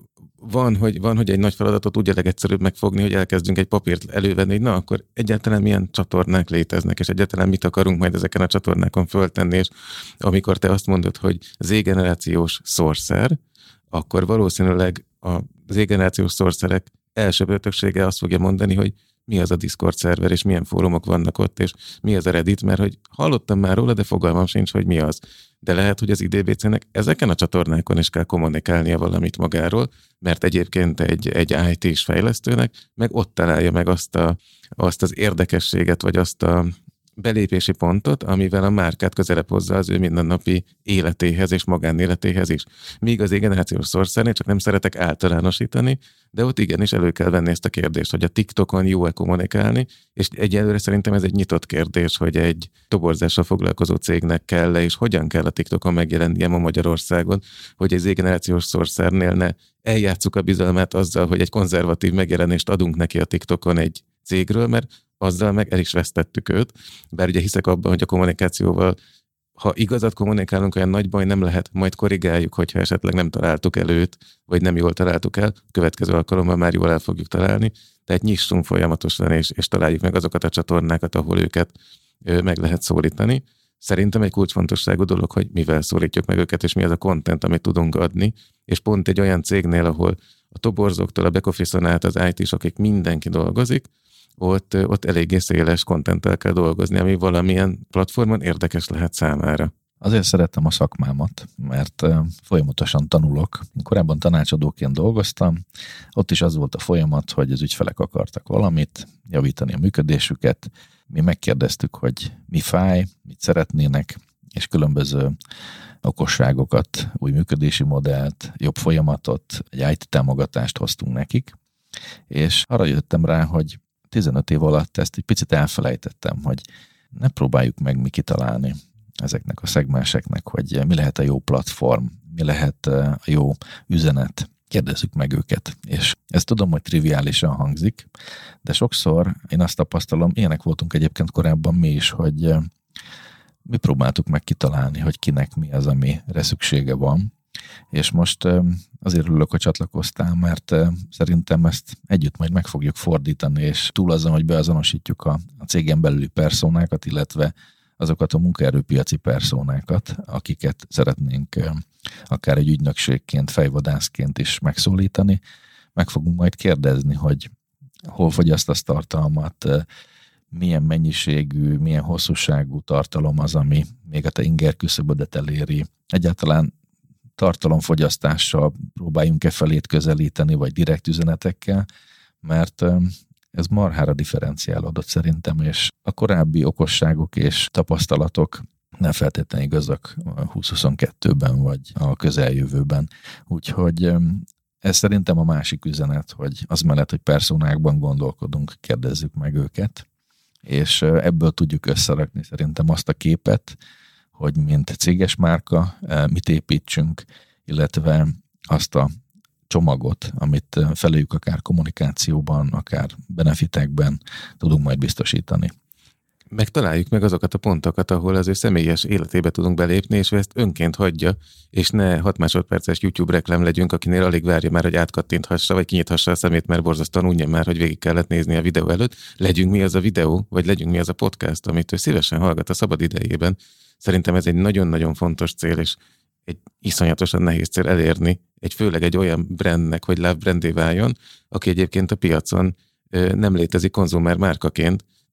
van, hogy egy nagy feladatot úgy a legegyszerűbb megfogni, hogy elkezdünk egy papírt elővenni, hogy na, akkor egyáltalán milyen csatornák léteznek, és egyáltalán mit akarunk majd ezeken a csatornákon föltenni, és amikor te azt mondod, hogy Z-generációs sourcer, akkor valószínűleg a Z-generációs sourcerek elsőbb többsége azt fogja mondani, hogy mi az a Discord szerver, és milyen fórumok vannak ott, és mi az a Reddit, mert hogy hallottam már róla, de fogalmam sincs, hogy mi az. De lehet, hogy az IDBC-nek ezeken a csatornákon is kell kommunikálnia valamit magáról, mert egyébként egy IT-s fejlesztőnek meg ott találja meg azt az érdekességet, vagy azt a belépési pontot, amivel a márkát közelebb hozza az ő mindennapi életéhez és magánéletéhez is. Míg az generációs sourcernél csak nem szeretek általánosítani, de ott igenis elő kell venni ezt a kérdést, hogy a TikTokon jó-e kommunikálni, és egyelőre szerintem ez egy nyitott kérdés, hogy egy toborzással foglalkozó cégnek kell-e, és hogyan kell a TikTokon megjelennie ma Magyarországon, hogy egy generációs sourcernél ne eljátsszuk a bizalmát azzal, hogy egy konzervatív megjelenést adunk neki a TikTokon egy cégről, mert azzal meg el is vesztettük őt, bár ugye hiszek abban, hogy a kommunikációval, ha igazat kommunikálunk, olyan nagy baj nem lehet, majd korrigáljuk, hogyha esetleg nem találtuk el őt, vagy nem jól találtuk el, következő alkalommal már jól el fogjuk találni, tehát nyissunk folyamatosan, és találjuk meg azokat a csatornákat, ahol őket meg lehet szólítani. Szerintem egy kulcsfontosságú dolog, hogy mivel szólítjuk meg őket, és mi az a content, amit tudunk adni, és pont egy olyan cégnél, ahol a toborzóktól, a back office-on át az IT-s, akik mindenki dolgozik, ott eléggé széles contenttel kell dolgozni, ami valamilyen platformon érdekes lehet számára. Azért szerettem a szakmámat, mert folyamatosan tanulok. Korábban tanácsadóként dolgoztam, ott is az volt a folyamat, hogy az ügyfelek akartak valamit, javítani a működésüket. Mi megkérdeztük, hogy mi fáj, mit szeretnének, és különböző okosságokat, új működési modellt, jobb folyamatot, egy IT támogatást hoztunk nekik, és arra jöttem rá, hogy 15 év alatt ezt egy picit elfelejtettem, hogy ne próbáljuk meg mi kitalálni ezeknek a szegmenseknek, hogy mi lehet a jó platform, mi lehet a jó üzenet. Kérdezzük meg őket. És ezt tudom, hogy triviálisan hangzik, de sokszor én azt tapasztalom, ilyenek voltunk egyébként korábban mi is, hogy mi próbáltuk meg kitalálni, hogy kinek mi az, amire szüksége van. És most azért örülök, hogy csatlakoztál, mert szerintem ezt együtt majd meg fogjuk fordítani, és túl azon, hogy beazonosítjuk a cégen belüli personákat, illetve azokat a munkaerőpiaci personákat, akiket szeretnénk akár egy ügynökségként, fejvadászként is megszólítani, meg fogunk majd kérdezni, hogy hol fogyasztasz tartalmat, milyen mennyiségű, milyen hosszúságú tartalom az, ami még a te inger küszöbödet eléri. Egyáltalán tartalomfogyasztással próbáljunk-e felét közelíteni, vagy direkt üzenetekkel, mert ez marhára differenciálódott szerintem, és a korábbi okosságok és tapasztalatok nem feltétlenül igazak 2022-ben, vagy a közeljövőben. Úgyhogy ez szerintem a másik üzenet, hogy az mellett, hogy personákban gondolkodunk, kérdezzük meg őket, és ebből tudjuk összerakni szerintem azt a képet, hogy mint céges márka mit építsünk, illetve azt a csomagot, amit feléjük akár kommunikációban, akár benefitekben tudunk majd biztosítani. Megtaláljuk meg azokat a pontokat, ahol az ő személyes életébe tudunk belépni, és ő ezt önként hagyja, és ne 6 másodperces YouTube reklám legyünk, akinél alig várja már, hogy átkattinthassa, vagy kinyithassa a szemét, mert borzasztóan unja már, hogy végig kellett nézni a videó előtt. Legyünk mi az a videó, vagy legyünk mi az a podcast, amit ő szívesen hallgat a szabad idejében. Szerintem ez egy nagyon-nagyon fontos cél, és egy iszonyatosan nehéz cél elérni, főleg egy olyan brandnek, hogy love brandé váljon, aki egyébként a piacon nem létezik konzumer márkaként,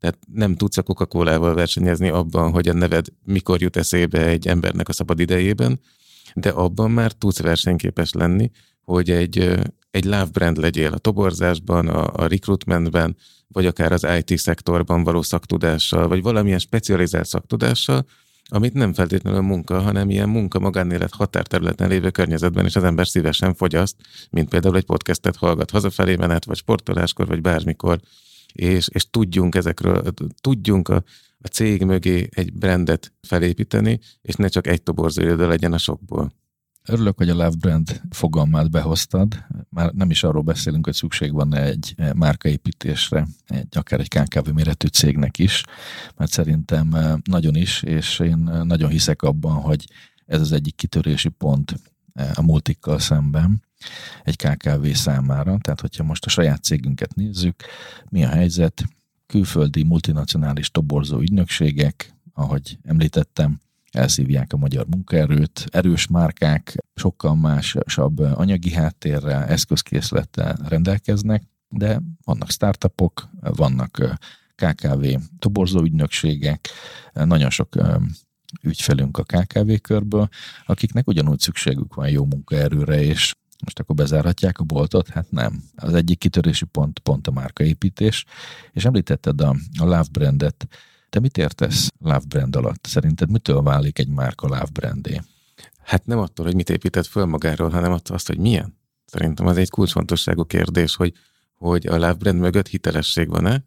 Tehát nem tudsz a Coca-Colával versenyezni abban, hogy a neved mikor jut eszébe egy embernek a szabad idejében, de abban már tudsz versenyképes lenni, hogy egy love brand legyél a toborzásban, a recruitmentben, vagy akár az IT szektorban való szaktudással, vagy valamilyen specializált szaktudással, amit nem feltétlenül munka, hanem ilyen munka-magánélet határterületen lévő környezetben is az ember szívesen fogyaszt, mint például egy podcastet hallgat hazafelé menet, vagy sportoláskor, vagy bármikor, és tudjunk ezekről, tudjunk a cég mögé egy brandet felépíteni, és ne csak egy toborzóiroda legyen a sokból. Örülök, hogy a Love Brand fogalmát behoztad. Már nem is arról beszélünk, hogy szükség van egy márkaépítésre, akár egy KKV méretű cégnek is, mert szerintem nagyon is, és én nagyon hiszek abban, hogy ez az egyik kitörési pont a multikkal szemben egy KKV számára. Tehát, hogyha most a saját cégünket nézzük, mi a helyzet? Külföldi multinacionális toborzó ügynökségek, ahogy említettem, elszívják a magyar munkaerőt, erős márkák, sokkal másabb anyagi háttérrel, eszközkészlettel rendelkeznek, de vannak startupok, vannak KKV toborzó ügynökségek, nagyon sok ügyfelünk a KKV körből, akiknek ugyanúgy szükségük van jó munkaerőre, és most akkor bezárhatják a boltot? Hát nem. Az egyik kitörési pont a márkaépítés, és említetted a Love Brandet. Te mit értesz Love Brand alatt? Szerinted mitől válik egy márka Love Brandé? Hát nem attól, hogy mit épített föl magáról, hanem attól azt, hogy milyen. Szerintem az egy kulcsfontosságú kérdés, hogy a Love Brand mögött hitelesség van-e,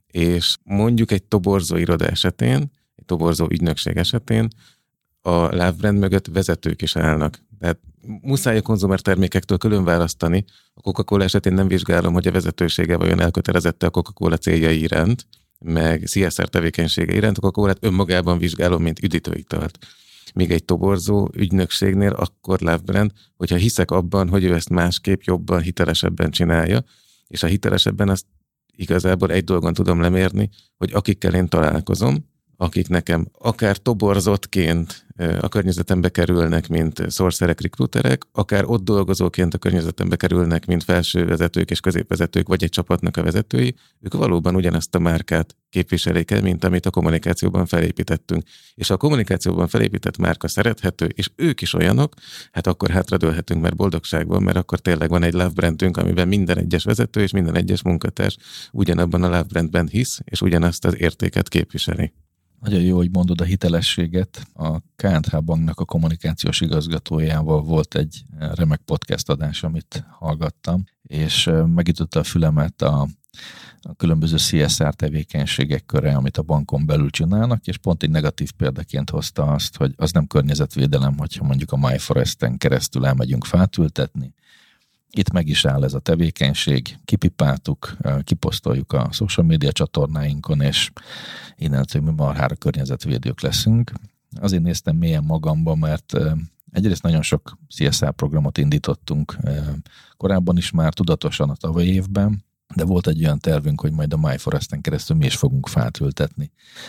és mondjuk egy toborzó iroda esetén, egy toborzó ügynökség esetén a Love Brand mögött vezetők is állnak. Tehát muszáj a konzumer termékektől külön választani. A Coca-Cola esetén nem vizsgálom, hogy a vezetősége vajon elkötelezette a Coca-Cola céljai iránt, meg CSR tevékenysége iránt, a Coca-Colát önmagában vizsgálom, mint üdítőitalt. Míg egy toborzó ügynökségnél akkor Love Brand, hogyha hiszek abban, hogy ő ezt másképp, jobban, hitelesebben csinálja, és a hitelesebben azt igazából egy dolgon tudom lemérni, hogy akikkel én találkozom, akik nekem akár toborzottként a környezetembe kerülnek, mint sourcerek, recruiterek, akár ott dolgozóként a környezetembe kerülnek, mint felsővezetők és középvezetők, vagy egy csapatnak a vezetői, ők valóban ugyanazt a márkát képviselik el, mint amit a kommunikációban felépítettünk. És ha a kommunikációban felépített márka szerethető, és ők is olyanok, hát akkor hátradőlhetünk, mert boldogságban, mert akkor tényleg van egy Love Brandünk, amiben minden egyes vezető és minden egyes munkatárs ugyanabban a Love Brandben hisz, és ugyanazt az értéket képviseli. Nagyon jó, hogy mondod a hitelességet. A K&H Banknak a kommunikációs igazgatójával volt egy remek podcast adás, amit hallgattam, és megütötte a fülemet a különböző CSR tevékenységek köre, amit a bankon belül csinálnak, és pont egy negatív példaként hozta azt, hogy az nem környezetvédelem, hogyha mondjuk a MyForesten keresztül elmegyünk fát ültetni. Itt meg is áll ez a tevékenység, kipipáltuk, kiposztoljuk a social media csatornáinkon, és innentől mi marhára környezetvédők leszünk. Azért néztem mélyen magamba, mert egyrészt nagyon sok CSR programot indítottunk korábban is már tudatosan a tavalyi évben, de volt egy olyan tervünk, hogy majd a MyForesten keresztül mi is fogunk fát ültetni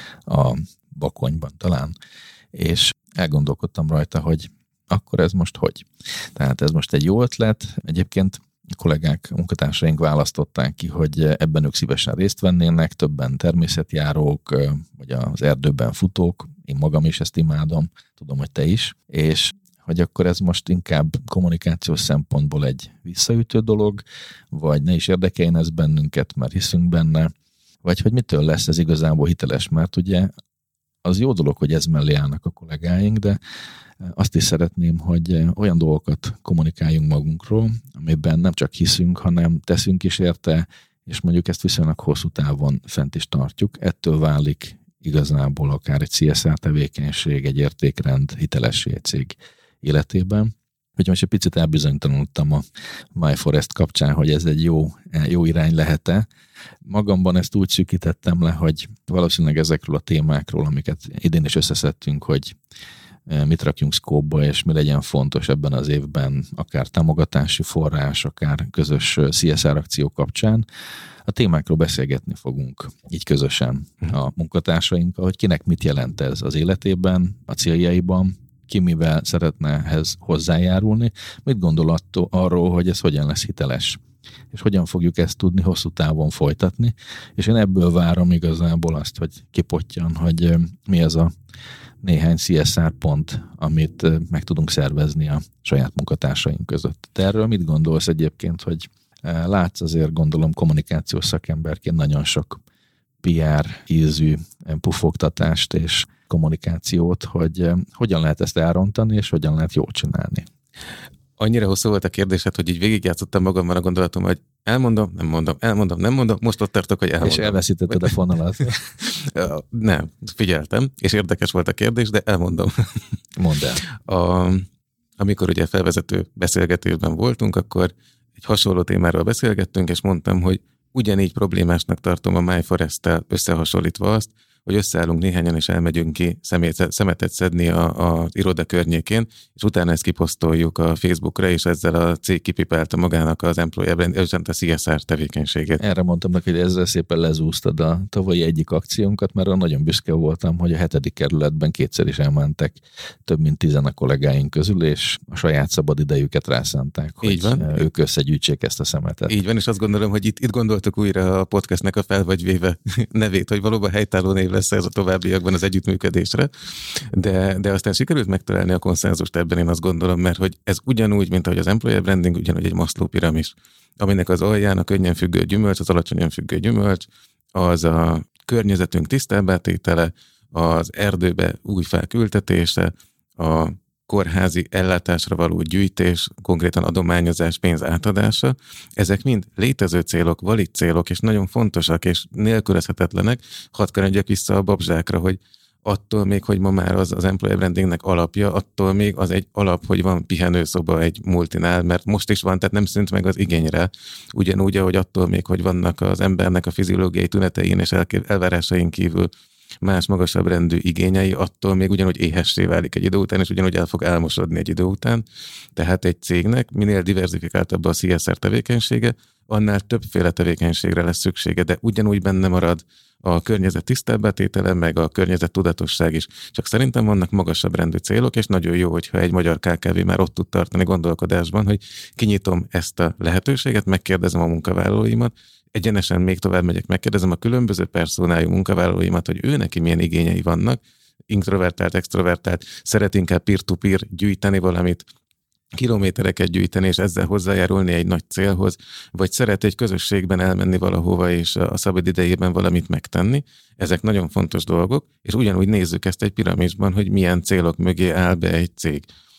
a Bakonyban talán, és elgondolkodtam rajta, hogy akkor ez most hogy? Tehát ez most egy jó ötlet. Egyébként a kollégák, munkatársaink választották ki, hogy ebben ők szívesen részt vennének, többen természetjárók, vagy az erdőben futók, én magam is ezt imádom, tudom, hogy te is, és hogy akkor ez most inkább kommunikációs szempontból egy visszaütő dolog, vagy ne is érdekeljen ez bennünket, mert hiszünk benne, vagy hogy mitől lesz ez igazából hiteles, mert ugye az jó dolog, hogy ez mellé állnak a kollégáink, de azt is szeretném, hogy olyan dolgokat kommunikáljunk magunkról, amiben nem csak hiszünk, hanem teszünk is érte, és mondjuk ezt viszonylag hosszú távon fent is tartjuk. Ettől válik igazából akár egy CSR tevékenység, egy értékrend hitelessé egy cég életében. Hogy most egy picit elbizonytalanodtam a MyForest kapcsán, hogy ez egy jó irány lehet-e. Magamban ezt úgy szűkítettem le, hogy valószínűleg ezekről a témákról, amiket idén is összeszedtünk, hogy mit rakjunk szkópba, és mi legyen fontos ebben az évben, akár támogatási forrás, akár közös CSR akció kapcsán. A témákról beszélgetni fogunk így közösen a munkatársainkkal, hogy kinek mit jelent ez az életében, a céljaiban, ki mivel szeretne ehhez hozzájárulni, mit gondol arról, hogy ez hogyan lesz hiteles. és hogyan fogjuk ezt tudni hosszú távon folytatni. És én ebből várom igazából azt, hogy kipottyan, hogy mi az a néhány CSR pont, amit meg tudunk szervezni a saját munkatársaink között. Te erről mit gondolsz egyébként, hogy látsz azért, gondolom, kommunikációs szakemberként nagyon sok PR ízű pufogtatást és kommunikációt, hogy hogyan lehet ezt elrontani, és hogyan lehet jól csinálni? Annyira hosszú volt a kérdésed, hogy így végigjátszottam magamban a gondolatom, hogy elmondom, nem mondom, most ott tartok, hogy elmondom. És elveszítetted a fonalat. Nem, figyeltem, és érdekes volt a kérdés, de elmondom. Mondd el. Amikor ugye felvezető beszélgetésben voltunk, akkor egy hasonló témáról beszélgettünk, és mondtam, hogy ugyanígy problémásnak tartom a MyForest-tel összehasonlítva azt, hogy összeállunk néhányan, és elmegyünk ki szemetet szedni az iroda környékén, és utána ezt kiposztoljuk a Facebookra, és ezzel a cég kipipálta magának az employer brand, a CSR tevékenységét. Erre mondtam neki, hogy ezzel szépen lezúztad a tavalyi egyik akciónkat, mert nagyon büszke voltam, hogy a 7. kerületben 2-szer is elmentek több mint 10 a kollégáink közül, és a saját szabad idejüket rászánták, hogy ők összegyűjtsék ezt a szemetet. Így van, és azt gondolom, hogy itt gondoltuk újra a podcastnek a Fel vagy véve nevét, hogy valóban helytálló név lesz ez a továbbiakban az együttműködésre, de aztán sikerült megtalálni a konszenzust ebben, én azt gondolom, mert hogy ez ugyanúgy, mint ahogy az employer branding, ugyanúgy egy Maslow piramis, aminek az alján a könnyen függő gyümölcs, az alacsonyan függő gyümölcs, az a környezetünk tisztábbá tétele, az erdőbe új fák ültetése, a kórházi ellátásra való gyűjtés, konkrétan adományozás, pénz átadása, ezek mind létező célok, valid célok, és nagyon fontosak, és nélkülözhetetlenek. Hadd kanyarodjak vissza a babzsákra, hogy attól még, hogy ma már az employer brandingnek alapja, attól még az egy alap, hogy van pihenőszoba egy multinál, mert most is van, tehát nem szűnt meg az igényre. Ugyanúgy, ahogy attól még, hogy vannak az embernek a fiziológiai tünetein és elvárásain kívül más magasabb rendű igényei, attól még ugyanúgy éhessé válik egy idő után, és ugyanúgy el fog elmosodni egy idő után. Tehát egy cégnek minél diverzifikáltabb a CSR tevékenysége, annál többféle tevékenységre lesz szüksége, de ugyanúgy benne marad a környezet tisztábbá tétele, meg a környezet tudatosság is. Csak szerintem vannak magasabb rendű célok, és nagyon jó, hogyha egy magyar KKV már ott tud tartani gondolkodásban, hogy kinyitom ezt a lehetőséget, megkérdezem a munkavállalóimat, egyenesen még tovább megyek, megkérdezem a különböző personájú munkavállalóimat, hogy ő neki milyen igényei vannak, introvertált, extrovertált, szeret inkább peer-to-peer gyűjteni valamit, kilométereket gyűjteni, és ezzel hozzájárulni egy nagy célhoz, vagy szeret egy közösségben elmenni valahova, és a szabad idejében valamit megtenni. Ezek nagyon fontos dolgok, és ugyanúgy nézzük ezt egy piramisban, hogy milyen célok mögé áll be egy cég.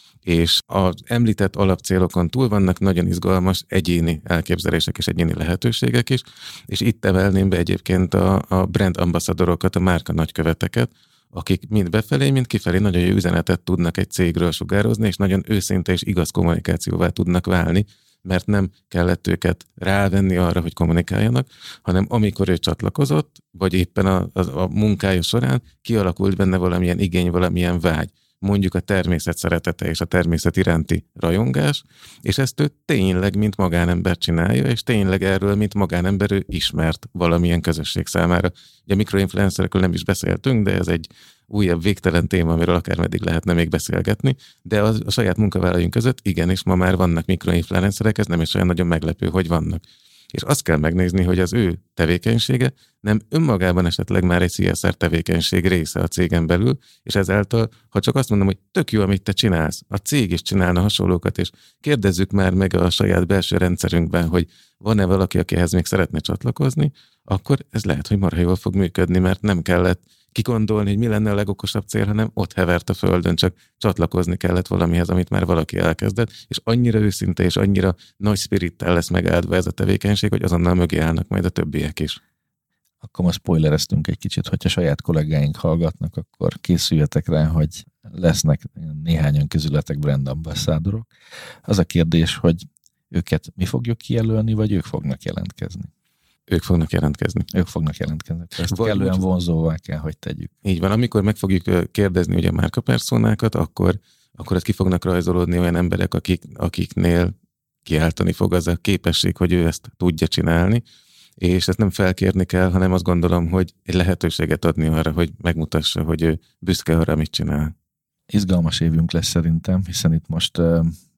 És az említett alapcélokon túl vannak nagyon izgalmas egyéni elképzelések és egyéni lehetőségek is, és itt emelném be egyébként a brand ambassadorokat, a márka nagyköveteket, akik mind befelé, mind kifelé nagyon jó üzenetet tudnak egy cégről sugározni, és nagyon őszinte és igaz kommunikációvá tudnak válni, mert nem kellett őket rávenni arra, hogy kommunikáljanak, hanem amikor ő csatlakozott, vagy éppen a munkája során kialakult benne valamilyen igény, valamilyen vágy, mondjuk a természet szeretete és a természet iránti rajongás, és ezt ő tényleg, mint magánember csinálja, és tényleg erről, mint magánember ő ismert valamilyen közösség számára. Ugye a mikroinfluencerekről nem is beszéltünk, de ez egy újabb végtelen téma, amiről akármeddig lehetne még beszélgetni, de a saját munkavállalóink között igenis ma már vannak mikroinfluencerek, ez nem is olyan nagyon meglepő, hogy vannak. És azt kell megnézni, hogy az ő tevékenysége nem önmagában esetleg már egy CSR tevékenység része a cégen belül, és ezáltal, ha csak azt mondom, hogy tök jó, amit te csinálsz, a cég is csinálna hasonlókat, és kérdezzük már meg a saját belső rendszerünkben, hogy van-e valaki, aki ehhez még szeretne csatlakozni, akkor ez lehet, hogy marha jól fog működni, mert nem kellett kigondolni, hogy mi lenne a legokosabb cél, hanem ott hevert a földön, csak csatlakozni kellett valamihez, amit már valaki elkezdett, és annyira őszinte és annyira nagy spirittel lesz megáldva ez a tevékenység, hogy azonnal mögé állnak majd a többiek is. Akkor most spoilereztünk egy kicsit, hogyha saját kollégáink hallgatnak, akkor készüljetek rá, hogy lesznek néhányan közületek brand ambassadorok. Az a kérdés, hogy őket mi fogjuk kijelölni, vagy ők fognak jelentkezni? Ők fognak jelentkezni. Ők fognak jelentkezni. Ezt kellően vonzóvá kell, hogy tegyük. Így van, amikor meg fogjuk kérdezni ugye a márkaperszónákat, akkor ezt ki fognak rajzolódni olyan emberek, akiknél kiáltani fog az a képesség, hogy ő ezt tudja csinálni, és ezt nem felkérni kell, hanem azt gondolom, hogy egy lehetőséget adni arra, hogy megmutassa, hogy ő büszke arra, mit csinál. Izgalmas évünk lesz szerintem, hiszen itt most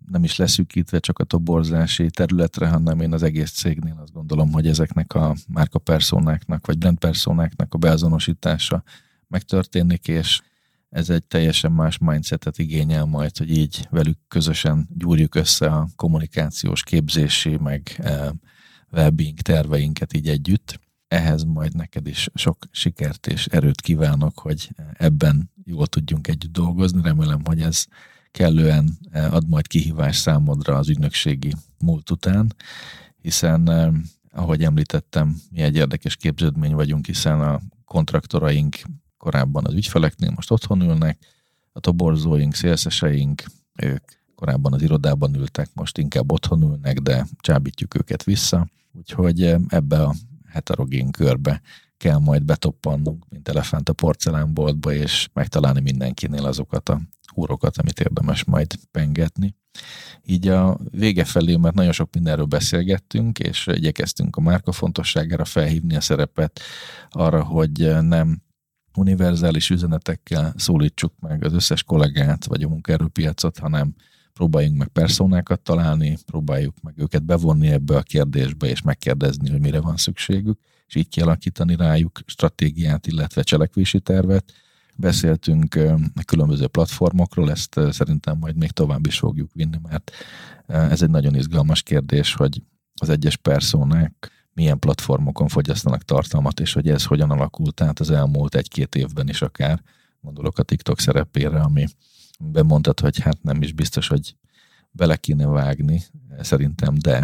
nem is leszűkítve csak a toborzási területre, hanem én az egész cégnél azt gondolom, hogy ezeknek a márkapersonáknak vagy brandpersonáknak a beazonosítása megtörténik, és ez egy teljesen más mindsetet igényel majd, hogy így velük közösen gyúrjuk össze a kommunikációs, képzési, meg wellbeing terveinket így együtt. Ehhez majd neked is sok sikert és erőt kívánok, hogy ebben jól tudjunk együtt dolgozni. Remélem, hogy ez kellően ad majd kihívás számodra az ügynökségi múlt után, hiszen ahogy említettem, mi egy érdekes képződmény vagyunk, hiszen a kontraktoraink korábban az ügyfeleknél most otthon ülnek, a toborzóink, szélszeseink, ők korábban az irodában ültek, most inkább otthon ülnek, de csábítjuk őket vissza. Úgyhogy ebbe a heterogén körbe kell majd betoppannunk, mint elefánt a porcelánboltba, és megtalálni mindenkinél azokat a húrokat, amit érdemes majd pengetni. Így a vége felé, mert nagyon sok mindenről beszélgettünk, és igyekeztünk a márka fontosságára felhívni a szerepet arra, hogy nem univerzális üzenetekkel szólítsuk meg az összes kollégát, vagy a munkaerőpiacot, hanem próbáljunk meg personákat találni, próbáljuk meg őket bevonni ebbe a kérdésbe, és megkérdezni, hogy mire van szükségük, és így kialakítani rájuk stratégiát, illetve cselekvési tervet. Beszéltünk a különböző platformokról, ezt szerintem majd még tovább is fogjuk vinni, mert ez egy nagyon izgalmas kérdés, hogy az egyes personák milyen platformokon fogyasztanak tartalmat, és hogy ez hogyan alakult át az elmúlt 1-2 évben is akár. Gondolok a TikTok szerepére, ami bemondtad, hogy hát nem is biztos, hogy bele kéne vágni, szerintem, de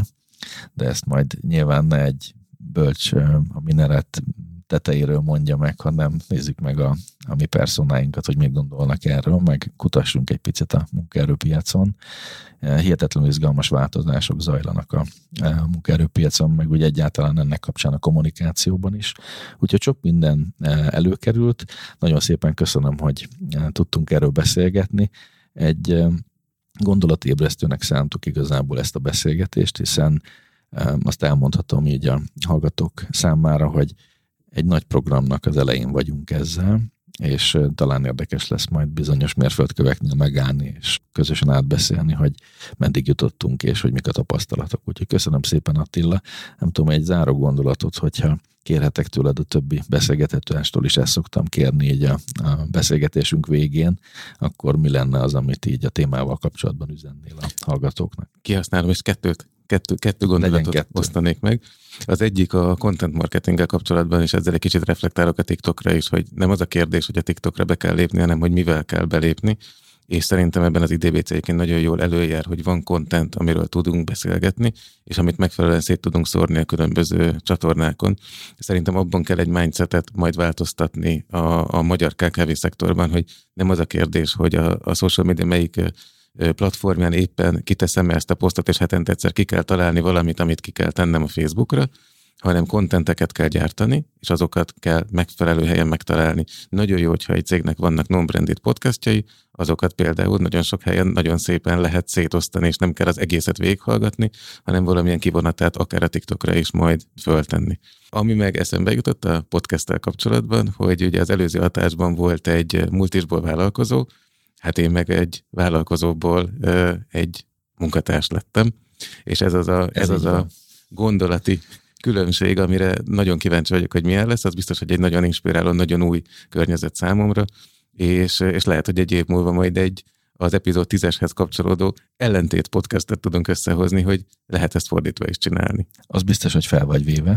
ezt majd nyilván ne egy bölcs a minaret tetejéről mondja meg, hanem nézzük meg a mi personáinkat, hogy mit gondolnak erről, meg kutassunk egy picit a munkaerőpiacon. Hihetetlenül izgalmas változások zajlanak a munkaerőpiacon, meg úgy egyáltalán ennek kapcsán a kommunikációban is. Úgyhogy sok minden előkerült. Nagyon szépen köszönöm, hogy tudtunk erről beszélgetni. Egy gondolatébresztőnek szántuk igazából ezt a beszélgetést, hiszen azt elmondhatom így a hallgatók számára, hogy egy nagy programnak az elején vagyunk ezzel, és talán érdekes lesz majd bizonyos mérföldköveknél megállni, és közösen átbeszélni, hogy meddig jutottunk, és hogy mik a tapasztalatok. Úgyhogy köszönöm szépen, Attila. Nem tudom, egy záró gondolatot, hogyha kérhetek tőled a többi beszélgetőtástól is, ezt szoktam kérni így a beszélgetésünk végén, akkor mi lenne az, amit így a témával kapcsolatban üzennél a hallgatóknak? Kihasználom, és kettő gondolatot osztanék meg. Az egyik a content marketinggel kapcsolatban, és ezzel egy kicsit reflektálok a TikTokra is, hogy nem az a kérdés, hogy a TikTokra be kell lépni, hanem hogy mivel kell belépni, és szerintem ebben az IDBC-ként nagyon jól előjár, hogy van content, amiről tudunk beszélgetni, és amit megfelelően szét tudunk szórni a különböző csatornákon. Szerintem abban kell egy mindsetet majd változtatni a magyar KKV szektorban, hogy nem az a kérdés, hogy a social media melyik platformján éppen kiteszem ezt a posztot, és hetente egyszer ki kell találni valamit, amit ki kell tennem a Facebookra, hanem kontenteket kell gyártani, és azokat kell megfelelő helyen megtalálni. Nagyon jó, hogyha egy cégnek vannak non-branded podcastjai, azokat például nagyon sok helyen nagyon szépen lehet szétosztani, és nem kell az egészet végighallgatni, hanem valamilyen kivonatát akár a TikTokra is majd föltenni. Ami meg eszembe jutott a podcasttel kapcsolatban, hogy ugye az előző adásban volt egy multisból vállalkozó, hát én meg egy vállalkozóból egy munkatárs lettem, és ez az a gondolati különbség, amire nagyon kíváncsi vagyok, hogy milyen lesz, az biztos, hogy egy nagyon inspiráló, nagyon új környezet számomra, és lehet, hogy egy év múlva majd az epizód 10-eshez kapcsolódó ellentét podcastet tudunk összehozni, hogy lehet ezt fordítva is csinálni. Az biztos, hogy fel vagy véve.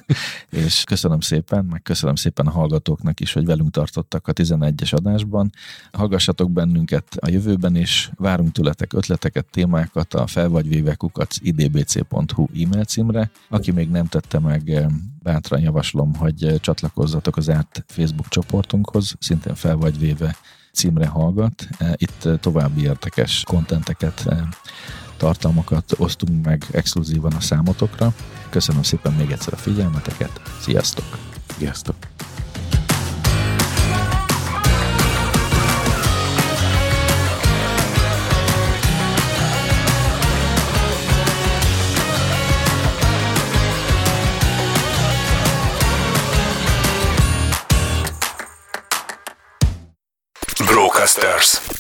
És köszönöm szépen, meg köszönöm szépen a hallgatóknak is, hogy velünk tartottak a 11-es adásban. Hallgassatok bennünket a jövőben is, várunk tőletek ötleteket, témákat a felvagyvéve@idbc.hu e-mail címre. Aki még nem tette meg, bátran javaslom, hogy csatlakozzatok az zárt Facebook csoportunkhoz, szintén felvagyvéve címre hallgat. Itt további érdekes kontenteket, tartalmakat osztunk meg exkluzívan a számotokra. Köszönöm szépen még egyszer a figyelmeteket. Sziasztok! Sziasztok! Brocasters.